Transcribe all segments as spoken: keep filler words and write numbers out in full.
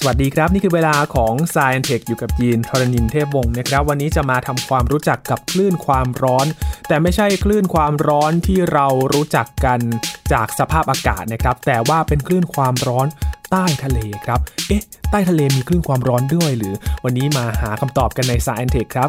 สวัสดีครับนี่คือเวลาของ Science Tech อยู่กับยีนทรณินเทพวงศ์นะครับวันนี้จะมาทำความรู้จักกับคลื่นความร้อนแต่ไม่ใช่คลื่นความร้อนที่เรารู้จักกันจากสภาพอากาศนะครับแต่ว่าเป็นคลื่นความร้อนใต้ทะเลครับเอ๊ะใต้ทะเลมีคลื่นความร้อนด้วยหรือวันนี้มาหาคำตอบกันใน Science Tech ครับ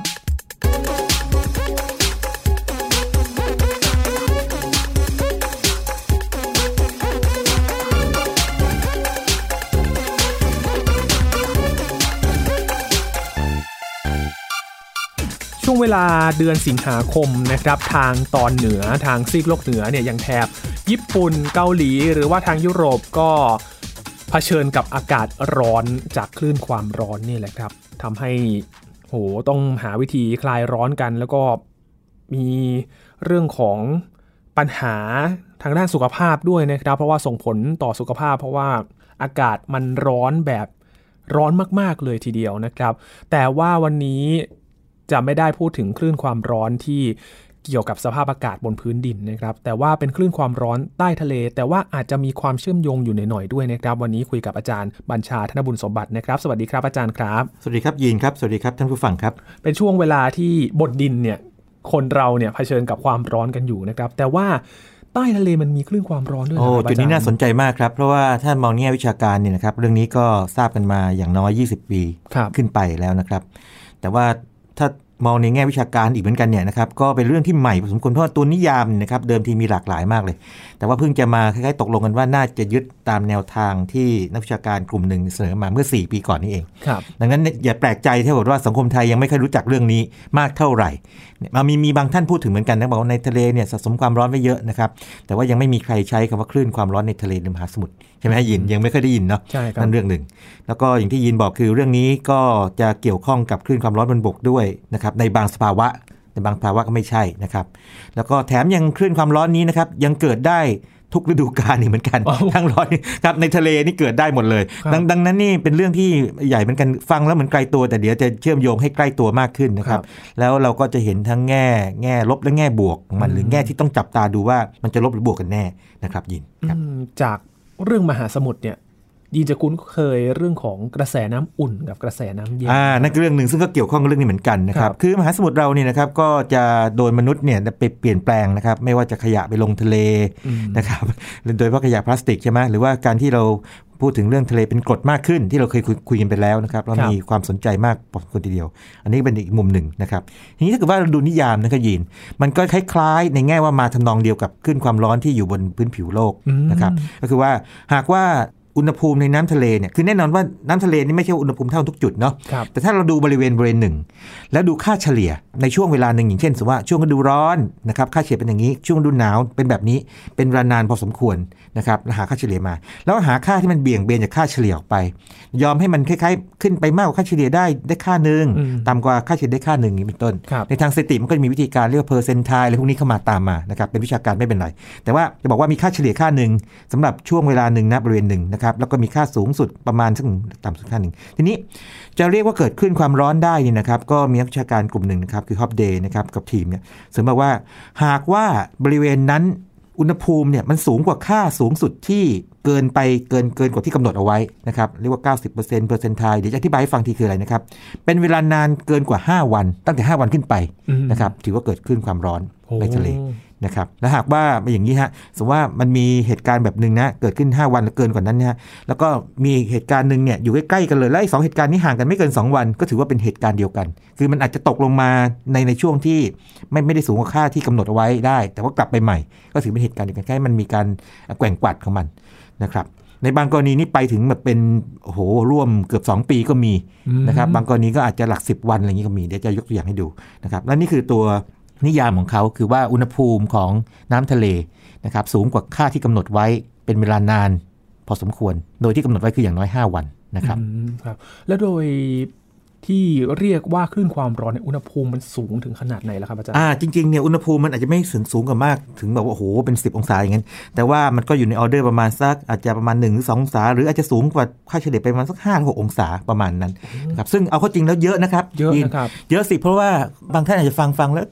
ช่วงเวลาเดือนสิงหาคมนะครับทางตอนเหนือทางซีกโลกเหนือเนี่ยอย่างแถบญี่ปุ่นเกาหลีหรือว่าทางยุโรปก็เผชิญกับอากาศร้อนจากคลื่นความร้อนนี่แหละครับทำให้โหต้องหาวิธีคลายร้อนกันแล้วก็มีเรื่องของปัญหาทางด้านสุขภาพด้วยนะครับเพราะว่าส่งผลต่อสุขภาพเพราะว่าอากาศมันร้อนแบบร้อนมากๆเลยทีเดียวนะครับแต่ว่าวันนี้จะไม่ได้พูดถึงคลื่นความร้อนที่เกี่ยวกับสภาพอากาศบนพื้นดินนะครับแต่ว่าเป็นคลื่นความร้อนใต้ทะเลแต่ว่าอาจจะมีความเชื่อมโยงอยู่หน่อยๆด้วยนะครับวันนี้คุยกับอาจารย์บัญชาธนบุญสมบัตินะครับสวัสดีครับอาจารย์ครับสวัสดีครับยีนครับสวัสดีครับท่านผู้ฟังครับเป็นช่วงเวลาที่บนดินเนี่ยคนเราเนี่ยเผชิญกับความร้อนกันอยู่นะครับแต่ว่าใต้ทะเลมันมีคลื่นความร้อนด้วยโอ้จุดนี้น่าสนใจมากครับเพราะว่าถ้ามองแง่วิชาการเนี่ยนะครับเรื่องนี้ก็ทราบกันมาอย่างน้อยยี่สิบปีขึ้นไปแล้วนะครับแต่ว่าถ้ามองในแง่วิชาการอีกเหมือนกันเนี่ยนะครับก็เป็นเรื่องที่ใหม่พอสมควรเพราะว่าตัวนิยามนะครับเดิมทีมีหลากหลายมากเลยแต่ว่าเพิ่งจะมาคล้ายๆตกลงกันว่าน่าจะยึดตามแนวทางที่นักวิชาการกลุ่มหนึ่งเสนอมาเมื่อสี่ปีก่อนนี้เองดังนั้นอย่าแปลกใจที่บอกว่าสังคมไทยยังไม่ค่อยรู้จักเรื่องนี้มากเท่าไหร่มีมีบางท่านพูดถึงเหมือนกันนะบอกว่าในทะเลเนี่ยสะสมความร้อนไว้เยอะนะครับแต่ว่ายังไม่มีใครใช้คำว่าคลื่นความร้อนในทะเลในมหาสมุทรใช่ไหมยินยังไม่เคยได้ยินเนาะนั่นเรื่องหนึ่งแล้วก็อย่างที่ยินบอกคือเรื่องนี้ก็จะเกี่ยวข้องกับคลื่นความร้อนบนบกด้วยนะครับในบางสภาวะในบางภาวะก็ไม่ใช่นะครับแล้วก็แถมยังคลื่นความร้อนนี้นะครับยังเกิดได้ทุกฤดูกาลนี่เหมือนกันทั้งร้อนครับในทะเลนี่เกิดได้หมดเลยด ดังนั้นนี่เป็นเรื่องที่ใหญ่เหมือนกันฟังแล้วเหมือนไกลตัวแต่เดี๋ยวจะเชื่อมโยงให้ใกล้ตัวมากขึ้นนะครับแล้วเราก็จะเห็นทั้งแง่แง่ลบและแง่บวกมันหรือแง่ที่ต้องจับตาดูว่ามันจะลบหรือบวกกันแน่นะครับยินจากเรื่องมหาสมุทรเนี่ยยีนจะคุ้นเคยเรื่องของกระแสน้ำอุ่นกับกระแสน้ำเย็นอ่านั่นคือเรื่องหนึ่งซึ่งก็เกี่ยวข้องกับเรื่องนี้เหมือนกันนะครับคือมหาสมุทรเราเนี่ยนะครับก็จะโดยมนุษย์เนี่ยไปเปลี่ยนแปลงนะครับไม่ว่าจะขยะไปลงทะเลนะครับโดยเฉพาะขยะพลาสติกใช่ไหมหรือว่าการที่เราพูดถึงเรื่องทะเลเป็นกรดมากขึ้นที่เราเคยคุยกันไปแล้วนะครับเรามีความสนใจมากพอสมควรทีเดียวอันนี้เป็นอีกมุมหนึ่งนะครับทีนี้ถ้าเกิดว่าเราดูนิยามนะครับยีนมันก็คล้ายๆในแง่ว่ามาทำนองเดียวกับคลื่นความร้อนที่อยู่บนพื้นผิวโลกนะครับก็คือว่าหากว่าอุณหภูมิในน้ำทะเลเนี่ยคือแน่นอนว่าน้ำทะเลนี่ไม่ใช่อุณหภูมิเท่าทุกจุดเนาะแต่ถ้าเราดูบริเวณบริเวณหนึ่งแล้วดูค่าเฉลี่ยในช่วงเวลาหนึ่งอย่างเช่นสมมติว่าช่วงฤดูร้อนนะครับค่าเฉลี่ยเป็นอย่างนี้ช่วงฤดูหนาวเป็นแบบนี้เป็นเวลานานพอสมควรนะครับหาค่าเฉลี่ยมาแล้วหาค่าที่มันเบี่ยงเบนจากค่าเฉลี่ยออกไปยอมให้มันคล้ายๆขึ้นไปมากกว่าค่าเฉลี่ยได้ได้ค่านึงต่ำกว่าค่าเฉลี่ยได้ค่านึงนี้เป็นต้นในทางสถิติมันก็จะมีวิธีการเรียกว่า percentile อะไรพวกนี้เข้ามาตามมานะครับเป็นวิชาการไม่เป็นไรแต่ว่าจะบอกว่ามีค่าเฉลี่ยค่านึงสำหรับช่วงเวลานึงณบริเวณหนึ่งนะครับแล้วก็มีค่าสูงสุดประมาณสักต่ำสุดค่าหนึ่งทีนี้จะเรียกว่าเกิดขึ้นความร้อนได้นี่นะครับก็มีนักวิชาการกลุ่มหนึ่งนะครับคือฮอปเดย์นะครับกับทีมเนี่ยเสริมบอกว่าหากว่าบริเวณนั้นอุณหภูมิเนี่ยมันสูงกว่าค่าสูงสุดที่เกินไปเกินเกินกว่าที่กำหนดเอาไว้นะครับเรียกว่า เก้าสิบเปอร์เซ็นต์ percentile เดี๋ยวจะอธิบายให้ฟังทีคืออะไรนะครับเป็นเวลานานเกินกว่าห้าวันตั้งแต่ห้าวันขึ้นไปนะครับถือว่าเกิดขึ้นความร้อนในทะเลนะครับและหากว่าอย่างนี้ฮะสมมติว่ามันมีเหตุการณ์แบบนึงนะเกิดขึ้นห้าวันหรือเกินกว่านั้นนะฮะแล้วก็มีเหตุการณ์นึงเนี่ยอยู่ใกล้ๆกันเลยและไอ้สองเหตุการณ์นี้ห่างกันไม่เกินสองวันก็ถือว่าเป็นเหตุการณ์เดียวกันคือมันอาจจะตกลงมาในในช่วงที่ไม่ไม่ได้สูงกว่าค่าที่กำหนดเอาไว้ได้แต่ว่ากลับไปใหม่ก็ถือเป็นเหตุการณ์เดียวกันแค่มันมีการแกว่งกวัดของมันนะครับในบางกรณีนี่ไปถึงแบบเป็นโอ้โหร่วมเกือบสองปีก็มีนะครับบางกรณีก็อาจจะหลักสิบวันอะไรอย่างนี้ก็มีเดี๋ยวจะยกตัวอย่างให้ดูนะครับและนี่คือตัวนิยามของเขาคือว่าอุณหภูมิของน้ำทะเลนะครับสูงกว่าค่าที่กำหนดไว้เป็นเวลานานพอสมควรโดยที่กำหนดไว้คืออย่างน้อยห้าวันนะครับครับแล้วโดยที่เรียกว่าคลื่นความร้อนในอุณหภูมิมันสูงถึงขนาดไหนล่ะครับอาจารย์อ่าจริงๆเนี่ยอุณหภูมิมันอาจจะไม่สูงสูงกว่ามากถึงแบบว่าโอ้โหเป็นสิบองศาอย่างนั้นแต่ว่ามันก็อยู่ในออเดอร์ประมาณสักอาจจะประมาณหนึ่งหรือสององศาหรืออาจจะสูงกว่าค่าเฉลี่ยไปประมาณสักห้าถึงหกองศาประมาณนั้นนะครับซึ่งเอาเข้าจริงแล้วเยอะนะครับเยอะนะครับเยอะสิเพราะว่าบางท่านอาจจะฟังฟังแล้วก็ไม่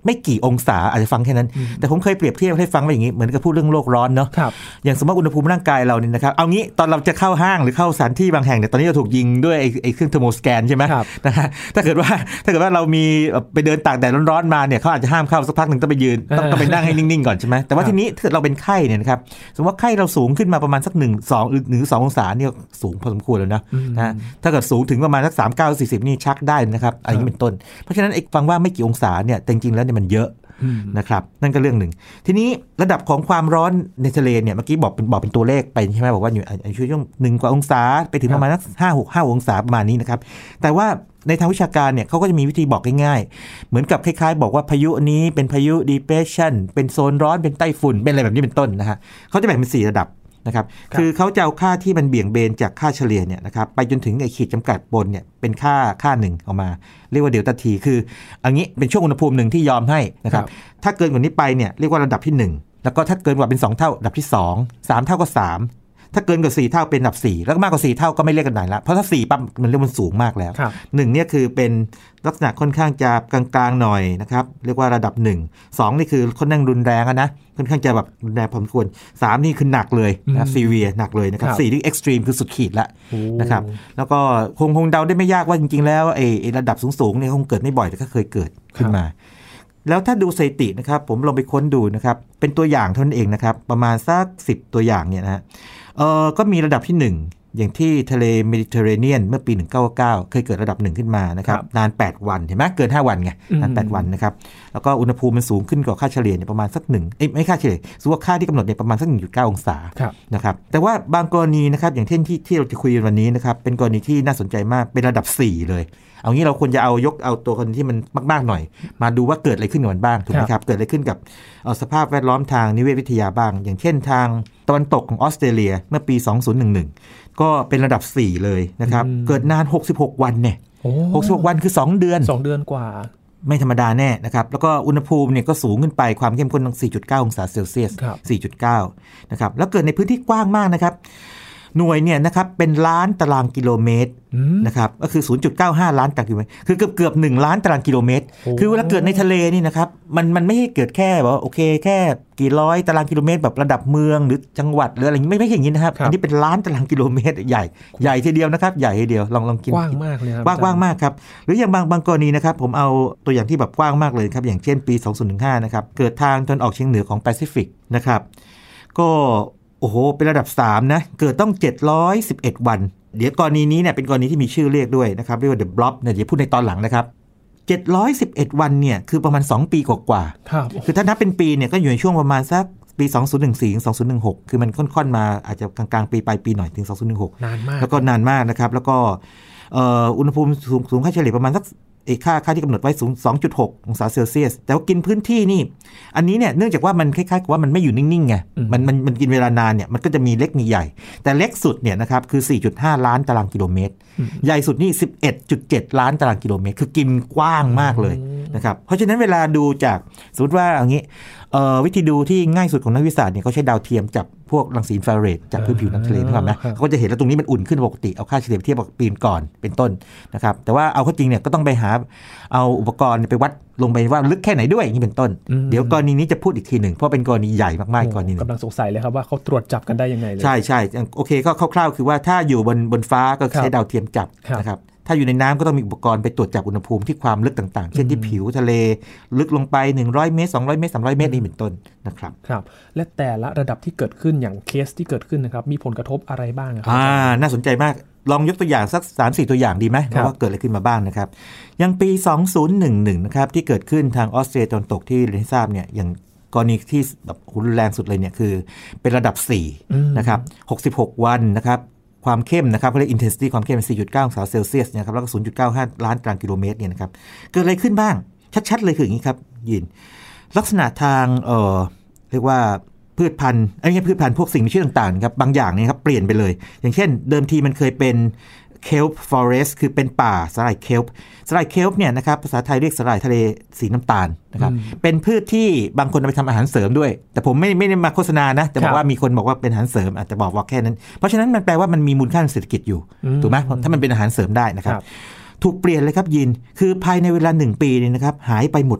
ไม่กี่องศาอาจจะฟังแค่นั้นแต่ผมเคยเปรียบเทียบให้ฟังว่าอย่างนี้เหมือนกับพูดเรื่องโลกร้อนเนาะอย่างสมมติอุณหภูมิร่างกายเราเนี่ยนะครับเอางี้ตอนเราจะเข้าห้างหรือเข้าสถานที่บางแห่งเนี่ยตอนนี้เราถูกยิงด้วยไอ้ไอ้เครื่องเทอร์โมสแกนใช่ไหมนะฮะถ้าเกิดว่าถ้าเกิดว่าเรามีไปเดินตากแดดร้อนๆมาเนี่ยเขาอาจจะห้ามเข้าสักพักหนึ่งต้องไปยืนต้องต้องไปนั่งให้นิ่งๆก่อนใช่ไหมแต่ว่าทีนี้ถ้าเราเป็นไข้เนี่ยนะครับสมมติว่าไข้เราสูงขึ้นมาประมาณสักหนึ่งสองหรือสององศาเนี่ยสูงพอสมควรแล้วนะนะถ้าเกิดสูงถึงประมาณสักสามเก้าสี่สิบนี่ชักได้นะครับอันนี้เป็นต้นเพราะฉะนั้นไอ้ฟังว่าไม่กี่องศาเนี่ยจริงๆแล้วเนี่ยมันเยอะนะครับนั่นก็เรื่องหนึ่งทีนี้ระดับของความร้อนในทะเลเนี่ยเมื่อกี้บอกเป็นบอกเป็นตัวเลขไปใช่ไหมบอกว่าอยู่ในช่วงหนึ่งกว่าองศาไปถึงประมาณสักห้าหกห้าองศาประมาณนี้นะครับแต่ว่าในทางวิชาการเนี่ยเขาก็จะมีวิธีบอกง่ายๆเหมือนกับคล้ายๆบอกว่าพายุนี้เป็นพายุ depression เป็นโซนร้อนเป็นไต้ฝุ่นเป็นอะไรแบบนี้เป็นต้นนะฮะเขาจะแบ่งเป็นสี่ระดับนะครับคือเขาจะเอาค่าที่มันเบี่ยงเบนจากค่าเฉลี่ยเนี่ยนะครับไปจนถึงไอ้ขีดจำกัดบนเนี่ยเป็นค่าค่าหนึ่งออกมาเรียกว่าเดลต้าทีคืออันนี้เป็นช่วงอุณหภูมิหนึ่งที่ยอมให้นะครับถ้าเกินกว่านี้ไปเนี่ยเรียกว่าระดับที่หนึ่งแล้วก็ถ้าเกินกว่าเป็นสองเท่าระดับที่สอง สามเท่าก็สามถ้าเกินกว่าสี่เท่าเป็นระดับสี่แล้วก็มากกว่าสี่เท่าก็ไม่เรียกกันไหนละเพราะถ้าสี่ปั๊บมันเรียกมันสูงมากแล้วหนึ่งเนี่ยคือเป็นลักษณะค่อนข้างจะกลางๆหน่อยนะครับเรียกว่าระดับหนึ่ง สองนี่คือค่อนข้างรุนแรงนะค่อนข้างจะแบบรุนแรงพอสมควรสามนี่คือหนักเลยนะซีเวียหนักเลยนะครับสี่นี่เอ็กซ์ตรีมคือสุดขีดละนะครับแล้วก็คงคงเดาได้ไม่ยากว่าจริงๆแล้วไอ้ระดับสูงๆเนี่ยคงเกิดไม่บ่อยแต่ก็เคยเกิดขึ้นมาแล้วถ้าดูสถิตินะครับผมลองไปค้นดูนะครับเป็นตัวอย่างเท่านั้นเองนะครับประมาณสักสิบตัวอย่างเนี่ยนะเออก็มีระดับที่หนึ่งอย่างที่ทะเลเมดิเตอร์เรเนียนเมื่อปีหนึ่งพันเก้าร้อยเก้าเคยเกิดระดับหนึ่งขึ้นมานะครับนานแปดวันเห็นไหมเกินห้าวันไงนานแปดวันนะครับแล้วก็อุณหภูมิมันสูงขึ้นกว่าค่าเฉลี่ยเนี่ยประมาณสักหนึ่งเอ้ยไม่ค่าเฉลี่ยสูงกว่าค่าที่กำหนดเนี่ยประมาณสัก หนึ่งจุดเก้า องศานะครับแต่ว่าบางกรณีนะครับอย่างเช่นที่ที่เราจะคุยกันวันนี้นะครับเป็นกรณีที่น่าสนใจมากเป็นระดับสี่เลยเอางี้เราควรจะเอายกเอาตัวคนที่มันมากๆหน่อยมาดูว่าเกิดอะไรขึ้นกับมันบ้างถูกไหมครับเกิดอะไรขึ้นกับสภาพแวดล้อมทางนิเวศวิทยาบ้างอย่างเช่นทางตะวันตกของออสเตรเลียเมื่อปีสองพันสิบเอ็ดก็เป็นระดับสี่เลยนะครับเกิดนานหกสิบหกวันเนี่ยหกสิบหกวันคือสองเดือนสองเดือนกว่าไม่ธรรมดาแน่นะครับแล้วก็อุณหภูมิเนี่ยก็สูงขึ้นไปความเข้มข้นตั้ง สี่จุดเก้า องศาเซลเซียส สี่จุดเก้า นะครับแล้วเกิดในพื้นที่กว้างมากนะครับหน่วยเนี่ยนะครับเป็นล้านตารางกิโลเมตรนะครับก็คือ ศูนย์จุดเก้าห้า ล้านตารางกิโลเมตรคือเกือบเกือบหนึ่งล้านตารางกิโลเมตรคือเวลาเกิดในทะเลนี่นะครับมันมันไม่ใช่เกิดแค่แบบโอเคแค่กี่ร้อยตารางกิโลเมตรแบบระดับเมืองหรือจังหวัดหรืออะไรอย่างนี้ไม่ไม่ใช่อย่างนี้นะครับอันนี้เป็นล้านตารางกิโลเมตรใหญ่ใหญ่ทีเดียวนะครับใหญ่ทีเดียวลองลองกินกว้างมากเลยครับกว้างกว้างมากครับหรืออย่างบางบางกรณีนะครับผมเอาตัวอย่างที่แบบกว้างมากเลยครับอย่างเช่นปีสองพันสิบห้านะครับเกิดทางตะวันออกเฉียงเหนือของแปซิฟิกนะครับก็โอ้โหเป็นระดับสามนะเกิดต้องเจ็ดร้อยสิบเอ็ดวันเดี๋ยวกรณีนี้เนี่ยเป็นกรณีที่มีชื่อเรียกด้วยนะครับเรียกว่า The Blob เนี่ยเดี๋ยวพูดในตอนหลังนะครับเจ็ดร้อยสิบเอ็ดวันเนี่ยคือประมาณสองปีกว่าๆครับคือถ้านับเป็นปีเนี่ยก็อยู่ในช่วงประมาณสักปีสองพันสิบสี่ถึงสองพันสิบหกคือมันค่อนๆมาอาจจะกลางๆปีปลายปีหน่อยถึงสองพันสิบหกนานมากแล้วก็นานมากนะครับแล้วก็อุณหภูมิสูงสูงค่าเฉลี่ยประมาณสักไอ้ค่าค่าที่กำหนดไว้สูง สองจุดหก องศาเซลเซียสแต่ว่ากินพื้นที่นี่อันนี้เนี่ยเนื่องจากว่ามันคล้ายๆกับว่ามันไม่อยู่นิ่งๆไงมันมันมันกินเวลานานเนี่ยมันก็จะมีเล็กมีใหญ่แต่เล็กสุดเนี่ยนะครับคือ สี่จุดห้า ล้านตารางกิโลเมตรใหญ่สุดนี่ สิบเอ็ดจุดเจ็ด ล้านตารางกิโลเมตรคือกินกว้างมากเลยนะครับเพราะฉะนั้นเวลาดูจากสมมติว่าอย่างนี้วิธีดูที่ง่ายสุดของนักวิทยาศาสตร์เนี่ยเขาใช้ดาวเทียมจับพวกรังสีอินฟราเรดจากพื้นผิวน้ำทะเลนะครับนะเขาก็จะเห็นแล้วตรงนี้มันอุ่นขึ้นปกติเอาค่าเฉลี่ยเทียบกับปีก่อนเป็นต้นนะครับแต่ว่าเอาเข้าจริงเนี่ยก็ต้องไปหาเอาอุปกรณ์ไปวัดลงไปว่าลึกแค่ไหนด้วยอย่างนี้เป็นต้นเดี๋ยวกรณีนี้จะพูดอีกทีหนึ่งเพราะเป็นกรณีใหญ่มากๆกรณีนึงกำลังสงสัยเลยครับว่าเขาตรวจจับกันได้ยังไงเลยใช่ใช่โอเคก็คร่าวๆคือว่าถ้าอยู่บนบนฟ้าก็ใช้ดาวเทียมจับนะครับถ้าอยู่ในน้ำก็ต้องมีอุปกรณ์ไปตรวจจับอุณหภูมิที่ความลึกต่างๆเช่นที่ผิวทะเลลึกลงไปหนึ่งร้อยเมตรสองร้อยเมตรสามร้อยเมตรนี่เป็นต้นนะครับครับและแต่ละระดับที่เกิดขึ้นอย่างเคสที่เกิดขึ้นนะครับมีผลกระทบอะไรบ้างครับอ่าน่าสนใจมากลองยกตัวอย่างสัก สามสี่ ตัวอย่างดีไหมว่าเกิดอะไรขึ้นมาบ้างนะครับอย่างปีสองพันสิบเอ็ดนะครับที่เกิดขึ้นทางออสเตรเลียตะวันตกที่เรียนให้ทราบเนี่ยอย่างกรณีที่แบบรุนแรงสุดเลยเนี่ยคือเป็นระดับสี่นะครับหกสิบหกวันนะครับความเข้มนะครับเขาเรียก intensity ความเข้ม สี่จุดเก้า องศาเซลเซียสนะครับแล้วก็ ศูนย์จุดเก้าห้า ล้านตารางกิโลเมตรเนี่ยนะครับเกิดอะไรขึ้นบ้างชัดๆเลยคืออย่างนี้ครับยินลักษณะทางเอ่อเรียกว่าพืชพันธุ์ไอ้ไม่ใช่พืชพันธุ์พวกสิ่งมีชีวิตต่างๆครับบางอย่างเนี่ยครับเปลี่ยนไปเลยอย่างเช่นเดิมทีมันเคยเป็น kelp forest คือเป็นป่าสาหร่าย kelp สาหร่าย kelp เนี่ยนะครับภาษาไทยเรียกสาหร่ายทะเลสีน้ำตาลนะครับเป็นพืชที่บางคนเอาไปทำอาหารเสริมด้วยแต่ผมไม่ไม่ได้มาโฆษณานะแต่บอกว่ามีคนบอกว่าเป็นอาหารเสริมอาจจะบอกว่าแค่นั้นเพราะฉะนั้นมันแปลว่ามันมีมูลค่าทางเศรษฐกิจอยู่ถูกไหมถ้ามันเป็นอาหารเสริมได้นะครับถูกเปลี่ยนเลยครับยินคือภายในเวลาหนึ่งปีนี่นะครับหายไปหมดเลย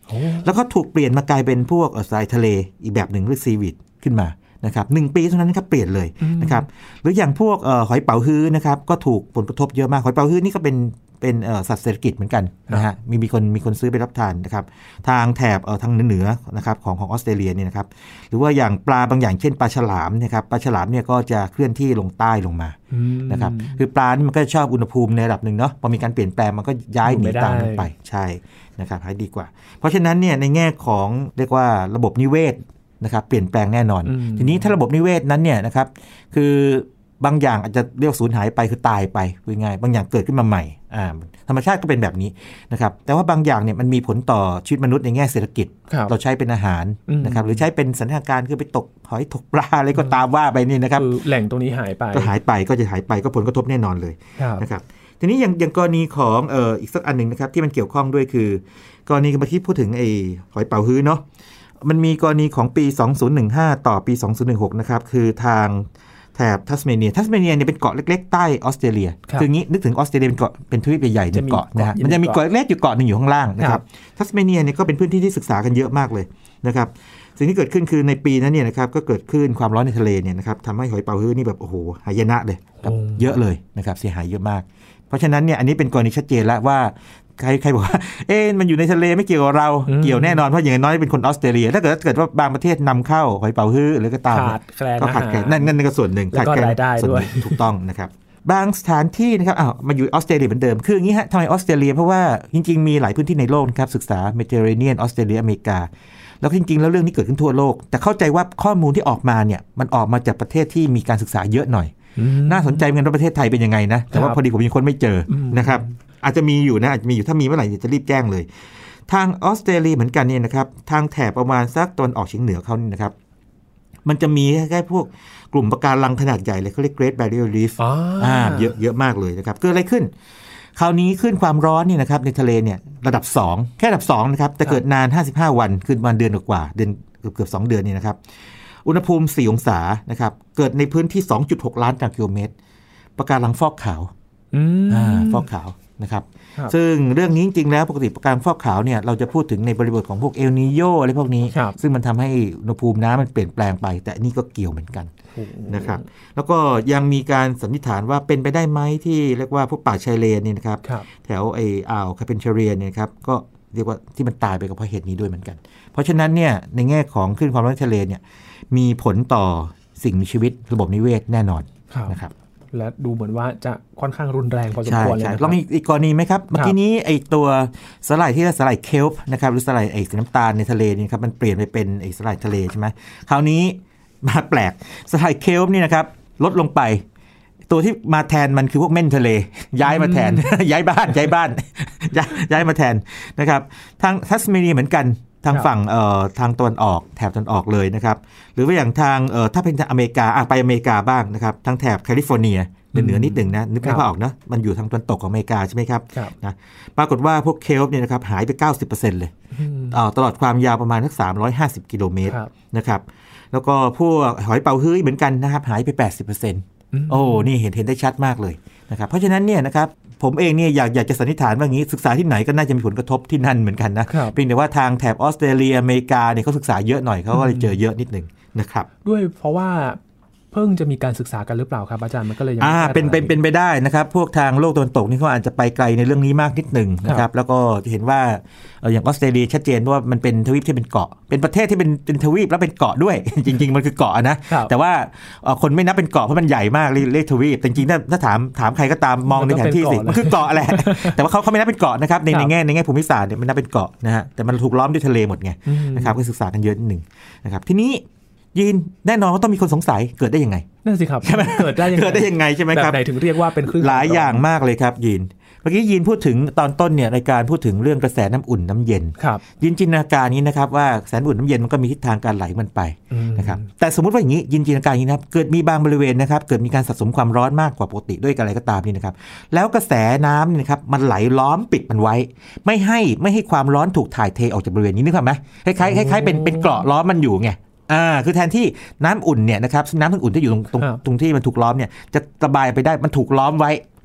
แล้วก็ถูกเปลี่ยนมากลายเป็นพวกทรายทะเลอีกแบบหนึ่งเรียกซีวีดขึ้นมานะครับหนึ่งปีเท่านั้นครับเปลี่ยนเลยนะครับหรืออย่างพวกหอยเป๋าฮื้อนะครับก็ถูกผลกระทบเยอะมากหอยเป๋าฮื้อนี่ก็เป็นเป็นสัตว์เศรษฐกิจเหมือนกันนะฮะมีมีคนมีคนซื้อไปรับทานนะครับทางแถบทางเหนือนะครับของของออสเตรเลียเนี่ยนะครับหรือว่าอย่างปลาบางอย่างเช่นปลาฉลามนะครับปลาฉลามเนี่ยก็จะเคลื่อนที่ลงใต้ลงมานะครับคือปลานี่มันก็ชอบอุณหภูมิในระดับหนึ่งเนาะพอมีการเปลี่ยนแปลงมันก็ย้ายหนีตามลงไปใช่นะครับให้ดีกว่าเพราะฉะนั้นเนี่ยในแง่ของเรียกว่าระบบนิเวศนะครับเปลี่ยนแปลงแน่นอนทีนี้ถ้าระบบนิเวศนั้นเนี่ยนะครับคือบางอย่างอาจจะเรียกสูญหายไปคือตายไปพูดง่ายบางอย่างเกิดขึ้นมาใหม่อ่าธรรมชาติก็เป็นแบบนี้นะครับแต่ว่าบางอย่างเนี่ยมันมีผลต่อชีวิตมนุษย์ในแง่เศรษฐกิจเราใช้เป็นอาหารนะครับหรือใช้เป็นสันทนาการคือไปตกหอยตกปลาอะไรก็ตามว่าไปนี่นะครับคือแหล่งตรงนี้หายไปก็หายไปก็จะหายไปก็ผลกระทบแน่นอนเลยนะครับทีนี้อย่างอย่างกรณีของเอ่ออีกสักอันนึงนะครับที่มันเกี่ยวข้องด้วยคือกรณีเมื่อกี้พูดถึงไอ้หอยเป๋าฮื้อเนาะมันมีกรณีของปีสองพันสิบห้าต่อปีสองพันสิบหกนะครับคือทางแถบทัสเมเนียทัสเมเนียเนี่ยเป็นเกาะเล็กๆใต้ออสเตรเลียคืองี้นึกถึงออสเตรเลียเป็นเกาะเป็นทวีปใหญ่ๆหนึ่งเกาะนะฮะมันจะมีเกาะเล็กๆอยู่เกาะหนึ่งอยู่ข้างล่างนะครับทัสเมเนียเนี่ยก็เป็นพื้นที่ที่ศึกษากันเยอะมากเลยนะครับสิ่งที่เกิดขึ้นคือในปีนั้นเนี่ยนะครับก็เกิดขึ้นความร้อนในทะเลเนี่ยนะครับทำให้หอยเป๋าฮื้อนี่แบบโอ้โหหายนะเลยเยอะเลยนะครับเสียหายเยอะมากเพราะฉะนั้นเนี่ยอันนี้เป็นกรณีชัดเจนแล้วว่าใครใครบอกว่าเอ๊ะมันอยู่ในทะเลไม่เกี่ยวกับเราเกี่ยวแน่นอนเพราะอย่างน้อยเป็นคนออสเตรเลียถ้าเกิดเกิดว่าบางประเทศนำเข้าหอยเป๋าฮื้อหรือก็ตามก็ขาดแคลนนั่นนั่นก็ส่วนหนึ่งขาดแคลนส่วนถูกต้องนะครับบางสถานที่นะครับอ้าวมาอยู่ออสเตรเลียเหมือนเดิมคืออย่างนี้ฮะทำไมออสเตรเลียเพราะว่าจริงๆมีหลายพื้นที่ในโลกครับศึกษาเมดิเตอร์เรเนียนออสเตรเลียอเมริกาแล้วจริงๆแล้วเรื่องนี้เกิดขึ้นทั่วโลกแต่เข้าใจว่าข้อมูลที่ออกมาเนี่ยมันออกมาจากประเทศที่มีการศึกษาเยอะหน่อยน่าสนใจเหมือนกันว่าประเทศไทยเป็นยังไงนะแต่ว่าพอดีผมยังค้นไม่เจอนะครับอาจจะมีอยู่นะอาจจะมีอยู่ถ้ามีเมื่อไหร่จะรีบแจ้งเลยทางออสเตรเลียเหมือนกันเนี่ยนะครับทางแถบประมาณสักตะวันออกเฉียงเหนือเขานี่นะครับมันจะมีแค่พวกกลุ่มปะการังขนาดใหญ่เลยเขาเรียก Great Barrier Reef อ่าเยอะเยอะมากเลยนะครับเกิดอะไรขึ้นคราวนี้ขึ้นความร้อนนี่นะครับในทะเลเนี่ยระดับสองแค่ระดับสองนะครับแต่เกิดนานห้าสิบห้าวันขึ้นประมาณเดือนกว่าเดือนเกือบเกือบสองเดือนนี่นะครับอุณหภูมิสี่องศานะครับเกิดในพื้นที่ สองจุดหก ล้านตารางกิโลเมตรปะการังฟอกขาวอ่าฟอกขาวนะครับซึ่งเรื่องนี้จริงๆแล้วปกติการฟอกขาวเนี่ยเราจะพูดถึงในบริบทของพวกเอลนีโญอะไรพวกนี้ซึ่งมันทำให้อุณหภูมิน้ำมันเปลี่ยนแปลงไปแต่นี่ก็เกี่ยวเหมือนกันนะครับแล้วก็ยังมีการสันนิษฐานว่าเป็นไปได้ไหมที่เรียกว่าพวกป่าชายเลนนี่นะครับแถวไอ้อ่าวคาเพนเชเรียเนี่ยครับก็เรียกว่าที่มันตายไปก็เพราะเหตุนี้ด้วยเหมือนกันเพราะฉะนั้นเนี่ยในแง่ของคลื่นความร้อนทะเลเนี่ยมีผลต่อสิ่งมีชีวิตระบบนิเวศแน่นอนนะครับและดูเหมือนว่าจะค่อนข้างรุนแรงพอสมควรเลยนะครับเรามีอีกกรณีไหมครับเมื่อกี้นี้ไอตัวสไลด์ที่สไลด์เคลป์นะครับหรือสไลด์ไอสีน้ำตาลในทะเลนี่ครับมันเปลี่ยนไปเป็นไอสไลด์ทะเลใช่ไหมคราวนี้มาแปลกสไลด์เคลป์นี่นะครับลดลงไปตัวที่มาแทนมันคือพวกเม่นทะเลย้ายมาแทน ย้ายบ้านย้ายบ้านย้ายมาแทนนะครับทางทัสเมเนียเหมือนกันทางฝั่งเอ่อทางตะวันออกแถบตะวันออกเลยนะครับหรือว่าอย่างทางเอ่อถ้าเป็นอเมริกาอ่ะไปอเมริกาบ้างนะครับทางแถบแคลิฟอร์เนียเหนือนิดหนึ่งนะนึกไม่ค่อยออกนะมันอยู่ทางตะวันตกของอเมริกาใช่ไหมครับนะปรากฏว่าพวกเคลป์เนี่ยนะครับหายไป เก้าสิบเปอร์เซ็นต์ เลยอ่าตลอดความยาวประมาณสักสามร้อยห้าสิบกิโลเมตรนะครับแล้วก็พวกหอยเป๋าฮื้อเหมือนกันนะครับหายไป แปดสิบเปอร์เซ็นต์ โอ้นี่เห็นเห็นได้ชัดมากเลยนะครับเพราะฉะนั้นเนี่ยนะครับผมเองเนี่ยอยากอยากจะสันนิษฐานว่างี้ศึกษาที่ไหนก็น่าจะมีผลกระทบที่นั่นเหมือนกันนะเพียงแต่ว่าทางแถบออสเตรเลียอเมริกาเนี่ยเขาศึกษาเยอะหน่อยเขาก็เลยเจอเยอะนิดนึงนะครับด้วยเพราะว่าเพิ่งจะมีการศึกษากันหรือเปล่าครับอาจารย์มันก็เลยยังอ่าเป็นเป็นเป็นไปได้นะครับพวกทางโลกตะวันตกนี่เขาอาจจะไปไกลในเรื่องนี้มากนิดหนึ่งนะครับแล้วก็จะเห็นว่าอย่างออสเตรเลียชัดเจนว่ามันเป็นทวีปที่เป็นเกาะเป็นประเทศที่เป็นเป็นทวีปแล้วเป็นเกาะด้วยจริงๆมันคือเกาะนะแต่ว่าคนไม่นับเป็นเกาะเพราะมันใหญ่มากเรียกทวีปจริงๆถ้าถ้าถามถามใครก็ตามมองในแผนที่สิมันคือเกาะแหละแต่ว่าเขาเขาไม่นับเป็นเกาะนะครับในในแง่ในแง่ภูมิศาสตร์เนี่ยมันนับเป็นเกาะนะฮะแต่มันถูกล้อมด้วยทะเลหมดไงนะครับก็ศึกษากันเยอะนิดนึงนะครับทีนี้ยีนแน่นอนว่าต้องมีคนสงสัยเกิดได้ยังไงนั่นสิครับเกิดได้ยังไงเกิดได้ยังไงใช่ไหมครับแบบไหนถึงเรียกว่าเป็นคลื่นหลายอย่างมากเลยครับยีนเมื่อกี้ยีนพูดถึงตอนต้นเนี่ยรายการพูดถึงเรื่องกระแสน้ำอุ่นน้ำเย็นยีนจินตนาการนี้นะครับว่ากระแสน้ำอุ่นน้ำเย็นมันก็มีทิศทางการไหลมันไปนะครับแต่สมมติว่าอย่างนี้ยีนจินตนาการนี้นะครับเกิดมีบางบริเวณนะครับเกิดมีการสะสมความร้อนมากกว่าปกติด้วยอะไรก็ตามนี่นะครับแล้วกระแสน้ำนี่นะครับมันไหลล้อมปิดมันไว้ไม่ให้ไม่ให้ความร้อนถูกถ่ายเทออกจากบริเวณนี้นึกภาพไหมคล้ายๆคล้ายๆเป็นเป็นเกราะล้อมมันอยู่ไงอ่าคือแทนที่น้ำอุ่นเนี่ยนะครับน้ำอุ่นที่อยู่ตรงตรงตรงที่มันถูกล้อมเนี่ยจะระบายไปได้มันถูกล้อมไว้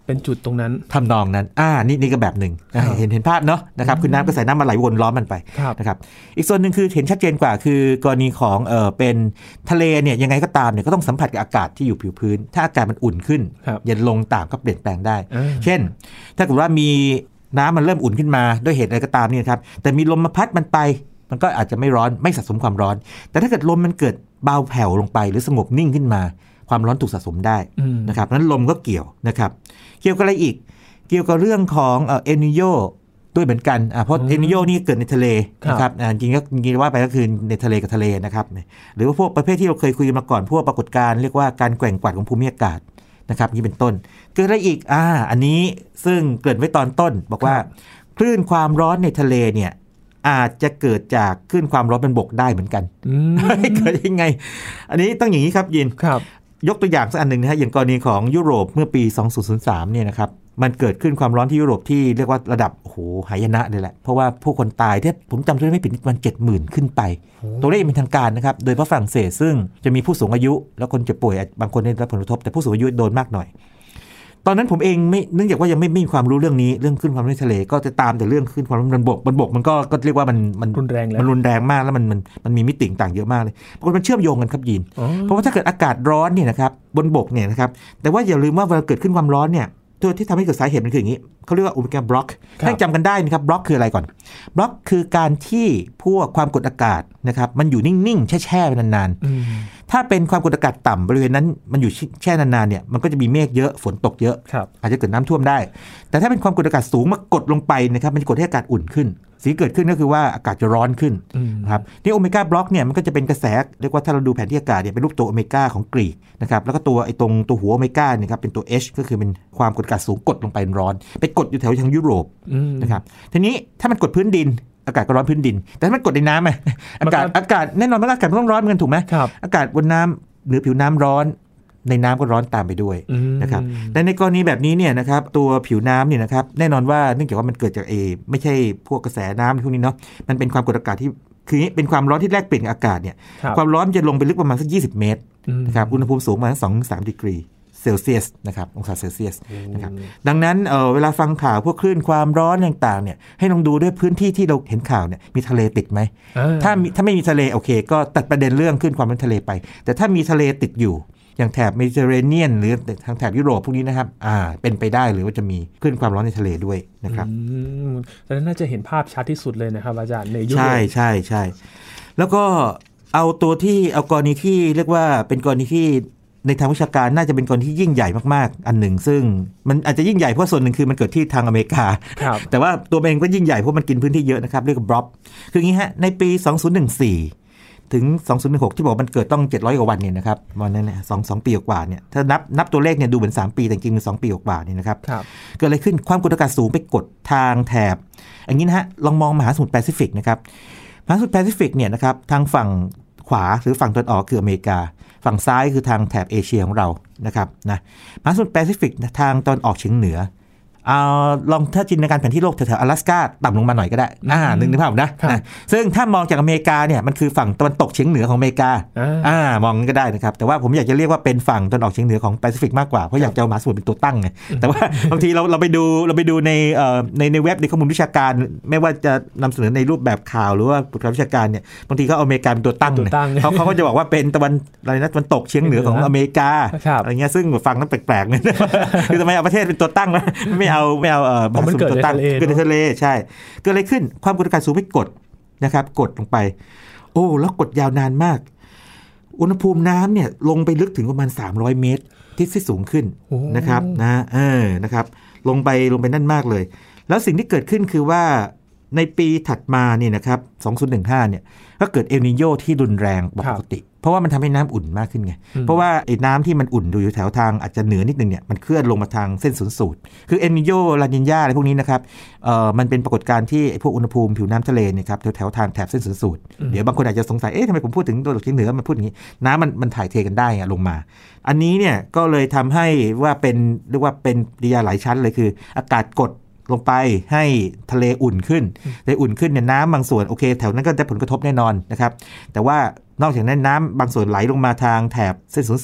เป็นจุดตรงนั้นทำนองนั้นอ่านี่นี่ก็แบบหนึ่งเห็นเห็นภาพเนาะนะครับคือน้ำก็ใส่น้ำมาไหลวนล้อมมันไปนะครับอีกส่วนหนึ่งคือเห็นชัดเจนกว่าคือกรณีของเออเป็นทะเลเนี่ยยังไงก็ตามเนี่ยก็ต้องสัมผัสกับอากาศที่อยู่ผิวพื้นถ้าอากาศมันอุ่นขึ้นเย็นลงต่างก็เปลี่ยนแปลงได้เช่นถ้าเกิดว่ามีน้ำมันเริ่มอุ่นขึ้นมาด้วยเหตุอะไรก็ตามนี่ครับแต่มีลมมาพัดมันไปมันก็อาจจะไม่ร้อนไม่สะสมความร้อนแต่ถ้าเกิดลมมันเกิดเบาแผ่วลงไปหรือสงบนิ่งขึ้นมาความร้อนถูกสะสมได้นะครับนั้นลมก็เกี่ยวนะครับเกี่ยวกับอะไรอีกเกี่ยวกับเรื่องของเอลนิโญด้วยเหมือนกันเพราะเอลนิโญนี่เกิดในทะเลนะครับจริงๆก็จริงๆว่าไปก็คือในทะเลกับทะเลนะครับหรือว่าพวกประเภทที่เราเคยคุยมาก่อนพวกปรากฏการณ์เรียกว่าการแกว่งกวัดของภูมิอากาศนะครับนี่เป็นต้นเกิดอะไรอีกอ่าอันนี้ซึ่งเกริ่นไว้ตอนต้นบอกว่าคลื่นความร้อนในทะเลเนี่ยอาจจะเกิดจากคลื่นความร้อนบนบกได้เหมือนกันเกิดยังไงอันนี้ต้องอย่างนี้ครับยินยกตัวอย่างสักอันหนึ่งนะฮะอย่างกรณีของยุโรปเมื่อปีสองพันสามเนี่ยนะครับมันเกิดขึ้นความร้อนที่ยุโรปที่เรียกว่าระดับโอ้โหหายนะเลยแหละเพราะว่าผู้คนตายที่ผมจำได้ไม่ผิดมันเจ็ดหมื่นขึ้นไปตัวเลขเป็นทางการนะครับโดยเฉพาะฝรั่งเศสซึ่งจะมีผู้สูงอายุแล้วคนเจ็บป่วยบางคนได้รับผลกระทบแต่ผู้สูงอายุโดนมากหน่อยตอนนั้นผมเองไม่เนื่องจากว่ายังไม่มีความรู้เรื่องนี้เรื่องขึ้นความร้อนในทะเลก็จะตามแต่เรื่องขึ้นความร้อนบนบกบนบกมันก็ก็เรียกว่ามันมันรุนแรงแล้วมันรุนแรงมากแล้วมันมันมันมีมิติต่างเยอะมากเลยปรากฏมันเชื่อมโยงกันครับยินเพราะว่าถ้าเกิดอากาศร้อนเนี่ยนะครับบนบกเนี่ยนะครับแต่ว่าอย่าลืมว่าเวลาเกิดขึ้นความร้อนเนี่ยตัวที่ทำให้เกิดสาเหตุมันคืออย่างนี้เขาเรียกว่าโอเมก้าบล็อกให้จำกันได้นะครับบล็อกคืออะไรก่อนบล็อกคือการที่พวกความกดอากาศนะครับมันอยู่นิ่งๆแช่ๆไปนานๆถ้าเป็นความกดอากาศต่ำบริเวณนั้นมันอยู่แช่นานๆเนี่ยมันก็จะมีเมฆเยอะฝนตกเยอะอาจจะเกิดน้ำท่วมได้แต่ถ้าเป็นความกดอากาศสูงมากดลงไปนะครับมันจะกดให้อากาศอุ่นขึ้นสิ่งเกิดขึ้นก็คือว่าอากาศจะร้อนขึ้นนะครับที่โอเมก้าบล็อกเนี่ยมันก็จะเป็นกระแสเรียกว่าถ้าเราดูแผนที่อากาศเนี่ยเป็นรูปตัวโอเมก้าของกรีกนะครับแล้วก็ตัวไอ้ตรงตัวหัวโอเมก้าเนี่ยครับเป็นตัว H ก็คือเป็นความกดอากาศสูงกดลงไปร้อนไปกดอยู่แถวทางยุโรปนะครับทีนี้ถ้ามันกดพื้นดินอากาศก็ร้อนพื้นดินแต่ถ้ามันกดในน้ำอ่ะอากาศอากาศแน่นอนมันอากาศต้องร้อนเหมือนกันถูกไหมอากาศบนน้ำเหนือผิวน้ำร้อนในน้ำก็ร้อนตามไปด้วยนะครับแต่ในกรณีแบบนี้เนี่ยนะครับตัวผิวน้ำเนี่ยนะครับแน่นอนว่าเนื่องจากว่ามันเกิดจากเอไม่ใช่พวกกระแสน้ำพวกนี้เนาะมันเป็นความกดอากาศที่คือเป็นความร้อนที่แลกเปลี่ยนอากาศเนี่ยความร้อนจะลงไปลึกประมาณสักยี่สิบเมตรนะครับอุณหภูมิสูงประมาณสองถึงสามดีกรีเซลเซียสนะครับองศาเซลเซียสนะครับดังนั้น เ, เวลาฟังข่าวพวกคลื่นความร้อนต่างๆเนี่ยให้ลองดูด้วยพื้นที่ที่เราเห็นข่าวเนี่ยมีทะเลติดไหมถ้าถ้าไม่มีทะเลโอเคก็ตัดประเด็นเรื่องคลื่นความร้อนทะเลไปแต่ถ้ามีทะเลติดอยู่อย่างแถบเมดิเตอร์เรเนียนหรือทางแถบยุโรปพวกนี้นะครับอ่าเป็นไปได้หรือว่าจะมีคลื่นความร้อนในทะเลด้วยนะครับดังนั้นน่าจะเห็นภาพชัดที่สุดเลยนะครับอาจารย์ในยุโรปใช่ใช่ใช่แล้วก็เอาตัวที่เอากรณีที่เรียกว่าเป็นกรณีที่ในทางวิชาการน่าจะเป็นกรณีที่ยิ่งใหญ่มากๆอันหนึ่งซึ่งมันอาจจะยิ่งใหญ่เพราะส่วนหนึ่งคือมันเกิดที่ทางอเมริกาแต่ว่าตัวเองก็ยิ่งใหญ่เพราะมันกินพื้นที่เยอะนะครับเรียกว่าบล็อบคืออย่างนี้ฮะในปีสองพันสิบสี่ถึงสองพันสิบหกที่บอกมันเกิดต้องเจ็ดร้อยกว่าวันเนี่ยนะครับวันนั้นเนี่ยสอง สองปีกว่าเนี่ยถ้านับนับตัวเลขเนี่ยดูเหมือนสามปีแต่จริงๆมันสองปีกว่านี่นะครับเกิดอะไรขึ้นความกดอากาศสูงไปกดทางแถบอย่างนี้นะฮะลองมองมหาสมุทรแปซิฟิกนะครับมหาสมุทรแปซิฟิกเนี่ยนะครับทางฝั่งขวาหรือฝั่งตะวันออกคืออเมริกาฝั่งซ้ายคือทางแถบเอเชียของเรานะครับนะมหาสมุทรแปซิฟิกทางตอนออกเฉียงเหนือเอาลองถ้าจินตนาการแผนที่โลกแถวๆ阿拉斯加ต่ำลงมาหน่อยก็ได้อ่านึกนึกภาพนะนะซึ่งถ้ามองจากอเมริกาเนี่ยมันคือฝั่งตะวันตกเฉียงเหนือของอเมริกาอ่ามองก็ได้นะครับแต่ว่าผมอยากจะเรียกว่าเป็นฝั่งตะวันออกเฉียงเหนือของแปซิฟิกมากกว่าเพราะอยากจะเอามหาสมุทรเป็นตัวตั้งไงแต่ว่าบางทีเราเราไปดูเราไปดูในเอ่อในในเว็บในข้อมูลวิชาการไม่ว่าจะนำเสนอในรูปแบบข่าวหรือว่าบทความวิชาการเนี่ยบางทีเขาเอาอเมริกาเป็นตัวตั้งเขาเขาก็จะบอกว่าเป็นตะวันอะไรนะตะวันตกเฉียงเหนือของอเมริกาอะไรเงี้ยซึ่งฟังแล้วแปลกๆเนี่ยคือทำไมเอาประเทศเป็นตัวตั้งนะไม่เอาไม่เอามันเกิดในทะเลเกิดในทะเลใช่เกิดอะไรขึ้นความกดอากาศสูงไปกดนะครับกดลงไปโอ้แล้วกดยาวนานมากอุณหภูมิน้ำเนี่ยลงไปลึกถึงประมาณสามร้อยเมตรที่ที่สูงขึ้นนะครับนะเออนะครับลงไปลงไปนั่นมากเลยแล้วสิ่งที่เกิดขึ้นคือว่าในปีถัดมานี่นะครับสองพันสิบห้าเนี่ยก็เกิดเอลนีโญที่รุนแรงปกติเพราะว่ามันทำให้น้ำอุ่นมากขึ้นไงเพราะว่าไอ้น้ำที่มันอุ่นอยู่แถวทางอาจจะเหนือนิดนึงเนี่ยมันเคลื่อนลงมาทางเส้นศูนย์สูตรคือเอลนีโญลานิญญาอะไรพวกนี้นะครับเอ่อมันเป็นปรากฏการณ์ที่ไอ้พวกอุณหภูมิผิวน้ำทะเลเนี่ยครับแถวแถวทางแถบเส้นศูนย์สูตรเดี๋ยวบางคนอาจจะสงสัยเอ๊ะทำไมผมพูดถึงตัวเฉียงเหนือมันพูดอย่างนี้น้ำมันมันถ่ายเทกันได้อะลงมาอันนี้เนี่ยก็เลยทำให้ว่าเป็นเรียกว่าเป็นปฏิกิริยาหลายชั้นเลยคืออากาศกดลงไปให้ทะเลอุ่นขึ้นทะเลอุ่นขึ้นเนี่ยน้ำบางส่วนโอเคแถวนั้นก็ได้ผลกระทบแน่นอนนะครับแต่ว่านอกจากนั้นน้ำบางส่วนไหลลงมาทางแถบเส้นศูนย์สูตร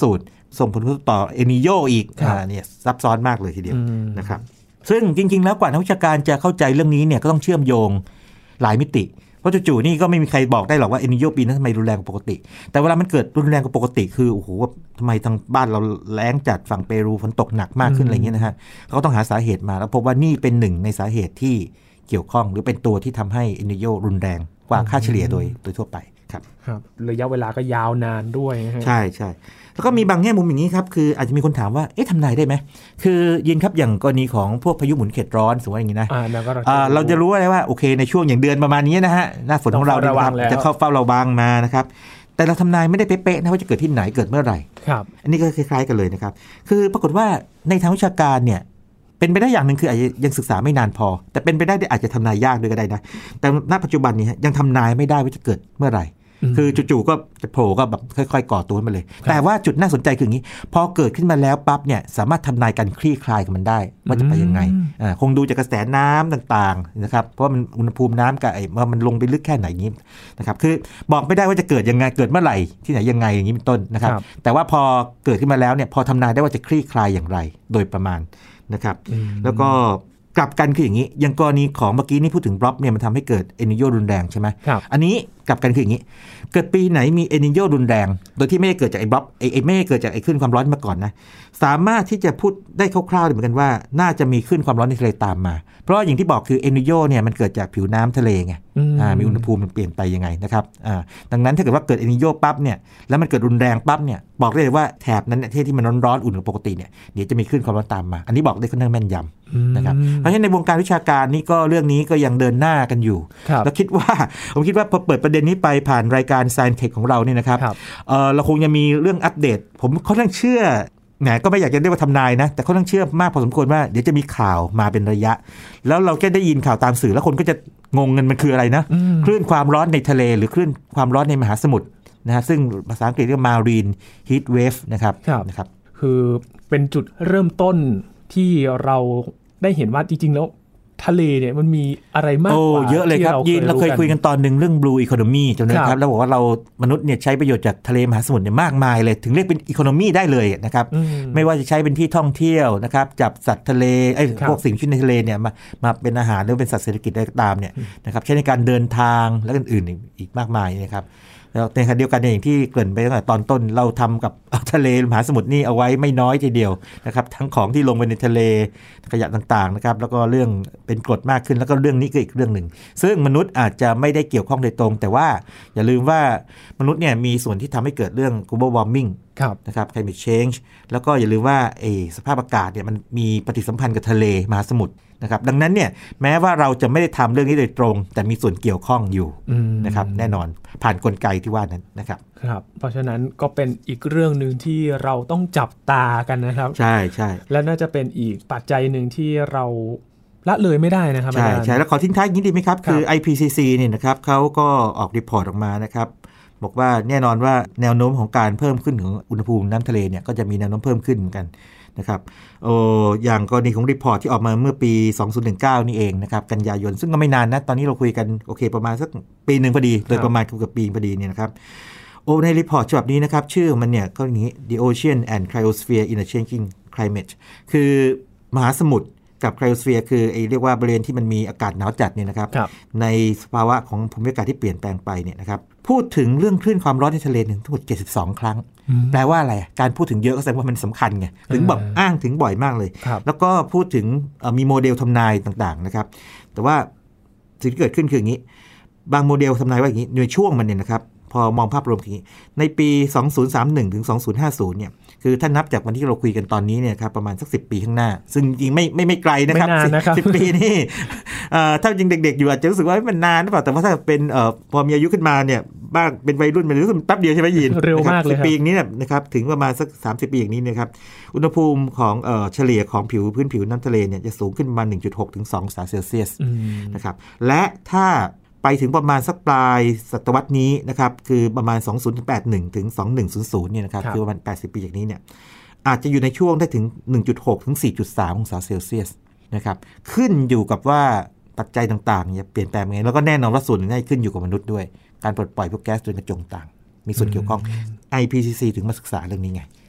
ส่งผลกระทบต่อเอลนีโญอีกอ่าเนี่ยซับซ้อนมากเลยทีเดียวนะครับซึ่งจริงๆแล้วกว่านักวิชาการจะเข้าใจเรื่องนี้เนี่ยก็ต้องเชื่อมโยงหลายมิติเพราะจู่ๆนี่ก็ไม่มีใครบอกได้หรอกว่าเอลนีโญปีนั้นทำไมรุนแรงกว่าปกติแต่เวลามันเกิดรุนแรงกว่าปกติคือโอ้โหทำไมทางบ้านเราแล้งจัดฝั่งเปรูฝนตกหนักมากขึ้นอะไรเงี้ยนะฮะเขาต้องหาสาเหตุมาแล้วพบว่านี่เป็นหนึ่งในสาเหตุที่เกี่ยวข้องหรือเป็นตัวที่ทำให้เอลนีโญรุนแรงกว่าค่าเฉลี่ยโดยโดยทั่วไปครับครับระยะเวลาก็ยาวนานด้วยใช่ใช่แล้วก็มีบางแง่มุมอย่างนี้ครับคืออาจจะมีคนถามว่าเอ๊ะทำนายได้ไหมคือยินครับอย่างกรณีของพวกพายุหมุนเขตร้อนสมมติอย่างนี้นะเราจะรู้เลยว่าโอเคในช่วงอย่างเดือนประมาณนี้นะฮะหน้าฝนของเราจะเข้าเฝ้าระวังมานะครับแต่เราทำนายไม่ได้เป๊ะๆนะว่าจะเกิดที่ไหนเกิดเมื่อไหร่ครับอันนี้ก็คล้ายๆกันเลยนะครับคือปรากฏว่าในทางวิชาการเนี่ยเป็นไปได้อย่างหนึ่งคืออาจจะยังศึกษาไม่นานพอแต่เป็นไปได้อาจจะทำนายยากด้วยก็ได้นะแต่ณปัจจุบันนี้ยังทำนายไม่ได้ว่าจะเกิดเมื่อไหร่คือจู่ๆก็จะโผล่ก็แบบค่อยๆก่อตัวมาเลยแต่ว่าจุดน่าสนใจคืออย่างนี้พอเกิดขึ้นมาแล้วปั๊บเนี่ยสามารถทำนายการคลี่คลายของมันได้ว่าจะไปยังไงอ่าคงดูจากกระแสน้ำต่างๆนะครับเพราะว่ามันอุณหภูมิน้ำกับไอ้ว่ามันลงไปลึกแค่ไหนนี้นะครับคือบอกไม่ได้ว่าจะเกิดยังไงเกิดเมื่อไหร่ที่ไหนยังไงอย่างนี้เป็นต้นนะครับแต่ว่าพอเกิดขึ้นมาแล้วเนี่ยพอทำนายได้ว่าจะคลี่คลายอย่างไรโดยประมาณนะครับแล้วก็กลับกันคืออย่างนี้อย่างกรณีของเมื่อกี้นี่พูดถึงบล็อบเนี่ยมันทำให้เกิดเอลนีโญรุนแรงใช่ไหมอันนี้กลับกันคืออย่างนี้เกิดปีไหนมีเอลนีโญรุนแรงโดยที่ไม่ได้เกิดจากไอ้บล็อบไอ้ไอ้ไม่ได้เกิดจากไอ้คลื่นความร้อนมาก่อนนะสามารถที่จะพูดได้คร่าวๆเหมือนกันว่าน่าจะมีคลื่นความร้อนในทะเลตามมาเพราะอย่างที่บอกคือเอลนีโญเนี่ยมันเกิดจากผิวน้ำทะเลไงอ่ามีอุณหภูมิมันเปลี่ยนไปยังไงนะครับอ่าดังนั้นถ้าเกิดว่าเกิดเอลนีโญปั๊บเนี่ยแล้วมันเกิดรุนแรงปั๊บเนี่ยบอกได้เลยว่าแถบนั้นที่ที่มันร้อนๆอุ่นกว่าปกติเนี่ยเดี๋ยวจะมีคลื่นความร้อนตามมาอันนี้บอกได้ค่อนข้างแม่นยำนะครับเพราะฉะนั้นในวงการวิชาการนี่ก็เรื่องนี้ก็ยังเดินหน้ากันอยู่แล้วคิดว่าผมคิดว่าพอเปิดประเด็นนี้ไปผ่านรายการ Science Tech ของเราเนี่ยนะครับ เอ่อเราคงจะมีเรื่องอัปเดตผมค่อนข้างเชื่อแหมก็ไม่อยากจะเรียกว่าทำนายนะแต่ค่อนข้างเชื่อมากพอสมควรว่าเดี๋ยวจะมีข่าวมาเป็นระยะแล้วเราแค่ได้ยินข่าวตามสื่อแล้วคนก็จะงงเงินมันคืออะไรนะคลื่นความร้อนในทะเลหรือคลื่นความร้อนในมหาสมุทรนะฮะซึ่งภาษาอังกฤษเรียก marine heat wave นะครับนะครับคือเป็นจุดเริ่มต้นที่เราได้เห็นว่าจริงๆแล้วทะเลเนี่ยมันมีอะไรมากกว่าเยอะเลยครับยินเราเคยคุยกันตอนหนึ่งเรื่อง Blue Economy จำได้ครับแล้วบอกว่าเรามนุษย์เนี่ยใช้ประโยชน์จากทะเลมหาสมุทรเนี่ยมากมายเลยถึงเรียกเป็น Economy ได้เลยนะครับไม่ว่าจะใช้เป็นที่ท่องเที่ยวนะครับจับสัตว์ทะเลไอ้พวกสิ่งมีชีวิตในทะเลเนี่ยมามาเป็นอาหารหรือเป็นสัตว์เศรษฐกิจอะไรก็ตามเนี่ยนะครับใช้ในการเดินทางและอื่นๆอีกมากมายนะครับแล้วในขณะเดียวกันอย่างที่เกริ่นไปตั้งแต่ตอนต้นเราทำกับทะเลมหาสมุทรนี่เอาไว้ไม่น้อยทีเดียวนะครับทั้งของที่ลงไปในทะเลขยะต่างๆนะครับแล้วก็เรื่องเป็นกรดมากขึ้นแล้วก็เรื่องนี้ก็อีกเรื่องหนึ่งซึ่งมนุษย์อาจจะไม่ได้เกี่ยวข้องโดยตรงแต่ว่าอย่าลืมว่ามนุษย์เนี่ยมีส่วนที่ทำให้เกิดเรื่อง global warming นะครับ climate change แล้วก็อย่าลืมว่าไอ้สภาพอากาศเนี่ยมันมีปฏิสัมพันธ์กับทะเลมหาสมุทรนะครับดังนั้นเนี่ยแม้ว่าเราจะไม่ได้ทำเรื่องนี้โดยตรงแต่มีส่วนเกี่ยวข้องอยู่นะครับแน่นอนผ่านกลไกที่ว่านั้นนะครับครับเพราะฉะนั้นก็เป็นอีกเรื่องนึงที่เราต้องจับตากันนะครับใช่ใช่และน่าจะเป็นอีกปัจจัยหนึ่งที่เราละเลยไม่ได้นะครับใช่ใช่แล้วขอทิ้งท้ายนิดดีไหมครับคือ ไอ พี ซี ซี เนี่ยนะครับเขาก็ออกรีพอร์ตออกมานะครับบอกว่าแน่นอนว่าแนวโน้มของการเพิ่มขึ้นของอุณหภูมิน้ำทะเลเนี่ยก็จะมีแนวโน้มเพิ่มขึ้นเหมือนกันนะครับโอ้อย่างกรณีของรีพอร์ตที่ออกมาเมื่อปีสองพันสิบเก้านี่เองนะครับกันยายนซึ่งก็ไม่นานนะตอนนี้เราคุยกันโอเคประมาณสักปีนึงพอดีโดยประมาณเกือบปีพอดีเนี่ยนะครับโอ้ในรีพอร์ตฉบับนี้นะครับชื่อมันเนี่ยก็อย่างนี้ The Ocean and Cryosphere in a Changing Climate คือมหาสมุทรกับไครโอสเฟียร์คือไอ้เรียกว่าบริเวณที่มันมีอากาศหนาวจัดเนี่ยนะครับในสภาวะของภูมิอากาศที่เปลี่ยนแปลงไปเนี่ยนะครับพูดถึงเรื่องคลื่นความร้อนในทะเลหนึ่งทั้งหมดเจ็ดสิบสองครั้งแปลว่าอะไรการพูดถึงเยอะก็แสดงว่ามันสำคัญไงถึงแบบอ้างถึงบ่อยมากเลยแล้วก็พูดถึงมีโมเดลทำนายต่างๆนะครับแต่ว่าสิ่งที่เกิดขึ้นคืออย่างนี้บางโมเดลทำนายว่าอย่างนี้ในช่วงมันเนี่ยนะครับพอมองภาพรวมอย่างนี้ในปีสองพันสามสิบเอ็ดถึงสองพันห้าสิบเนี่ยคือถ้านับจากวันที่เราคุยกันตอนนี้เนี่ยครับประมาณสักสิบปีข้างหน้าซึ่งจริงไม่ไม่ไม่ไกลนะครับสิบปีนี่ถ้าจริงเด็กๆอยู่อาจจะรู้สึกว่ามันนานหรือเปล่าแต่ว่าถ้าเป็นพอมีอายุขึ้นมาเนี่ยบ้างเป็นวัยรุ่นมันรู้สึกแป๊บเดียวใช่ไหมยินเร็วมากเลยสิบปีอย่างนี้นะครับถึงประมาณสักสามสิบปีอย่างนี้นะครับอุณหภูมิของเฉลี่ยของผิวพื้นผิวน้ำทะเลเนี่ยจะสูงขึ้นประมาณ หนึ่งจุดหก ถึงสององศาเซลเซียสนะครับและถ้าไปถึงประมาณสักปลายศตวรรษนี้นะครับคือประมาณสองพันแปดสิบเอ็ดถึงสองพันสิบเนี่ยนะครับคือประมาณแปดสิบปีอย่างนี้เนี่ยอาจจะอยู่ในช่วงได้ถึง หนึ่งจุดหก ถึง สี่จุดสาม องศาเซลเซียสนะครับขึ้นอยู่กับว่าปัจจัยต่างๆเนี่ยเปลี่ยนแปลงยังไงแล้วก็แน่นอนว่าส่วนหนึ่งได้ขึ้นอยู่กับมนุษย์ด้วยการปลดปล่อยพวกแก๊สเรือนกระจกต่างมีส่วนเกี่ยวข้อง ไอ พี ซี ซี ถึงมาศึกษาเรื่องนี้ไง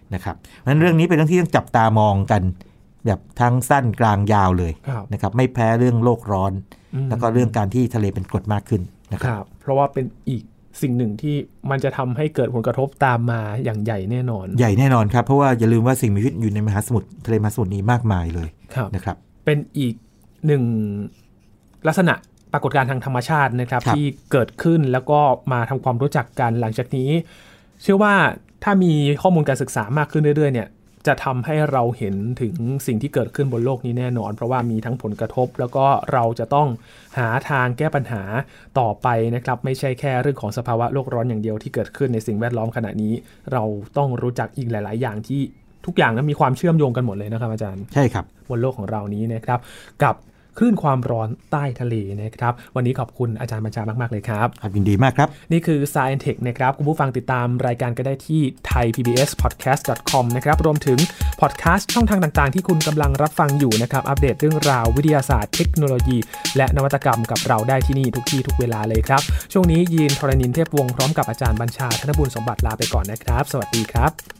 นะครับเพราะฉะนั้นเรื่องนี้เป็นเรื่องที่ต้องจับตามองกันแบบทั้งสั้นกลางยาวเลยนะครับไม่แพ้เรื่องโลกร้อนแล้วก็เรื่องการที่ทะเลเป็นกรดมากขึ้นนะครับเพราะว่าเป็นอีกสิ่งหนึ่งที่มันจะทำให้เกิดผลกระทบตามมาอย่างใหญ่แน่นอนใหญ่แน่นอนครับเพราะว่าอย่าลืมว่าสิ่งมีชีวิตอยู่ในมหาสมุทรทะเลมหาสมุทรนี้มากมายเลยนะครับเป็นอีกหนึ่งลักษณะปรากฏการณ์ทางธรรมชาตินะครับที่เกิดขึ้นแล้วก็มาทำความรู้จักกันหลังจากนี้เชื่อว่าถ้ามีข้อมูลการศึกษามากขึ้นเรื่อยๆเนี่ยจะทำให้เราเห็นถึงสิ่งที่เกิดขึ้นบนโลกนี้แน่นอนเพราะว่ามีทั้งผลกระทบแล้วก็เราจะต้องหาทางแก้ปัญหาต่อไปนะครับไม่ใช่แค่เรื่องของสภาวะโลกร้อนอย่างเดียวที่เกิดขึ้นในสิ่งแวดล้อมขณะนี้เราต้องรู้จักอีกหลายๆอย่างที่ทุกอย่างนั้นมีความเชื่อมโยงกันหมดเลยนะครับอาจารย์ใช่ครับบนโลกของเรานี้นะครับกับคลื่นความร้อนใต้ทะเลนะครับวันนี้ขอบคุณอาจารย์บัญชามากๆเลยครับครับยินดีมากครับนี่คือ Science Tech นะครับคุณผู้ฟังติดตามรายการก็ได้ที่ ไทยพีบีเอสพอดแคสต์ ดอท คอม นะครับรวมถึงพอดแคสต์ช่องทางต่างๆที่คุณกำลังรับฟังอยู่นะครับอัปเดตเรื่องราววิทยาศาสตร์เทคโนโลยีและนวัตกรรมกับเราได้ที่นี่ทุกที่ทุกเวลาเลยครับช่วงนี้ยีนทรณินเทพวงศ์พร้อมกับอาจารย์บัญชาธนบุญสมบัติลาไปก่อนนะครับสวัสดีครับ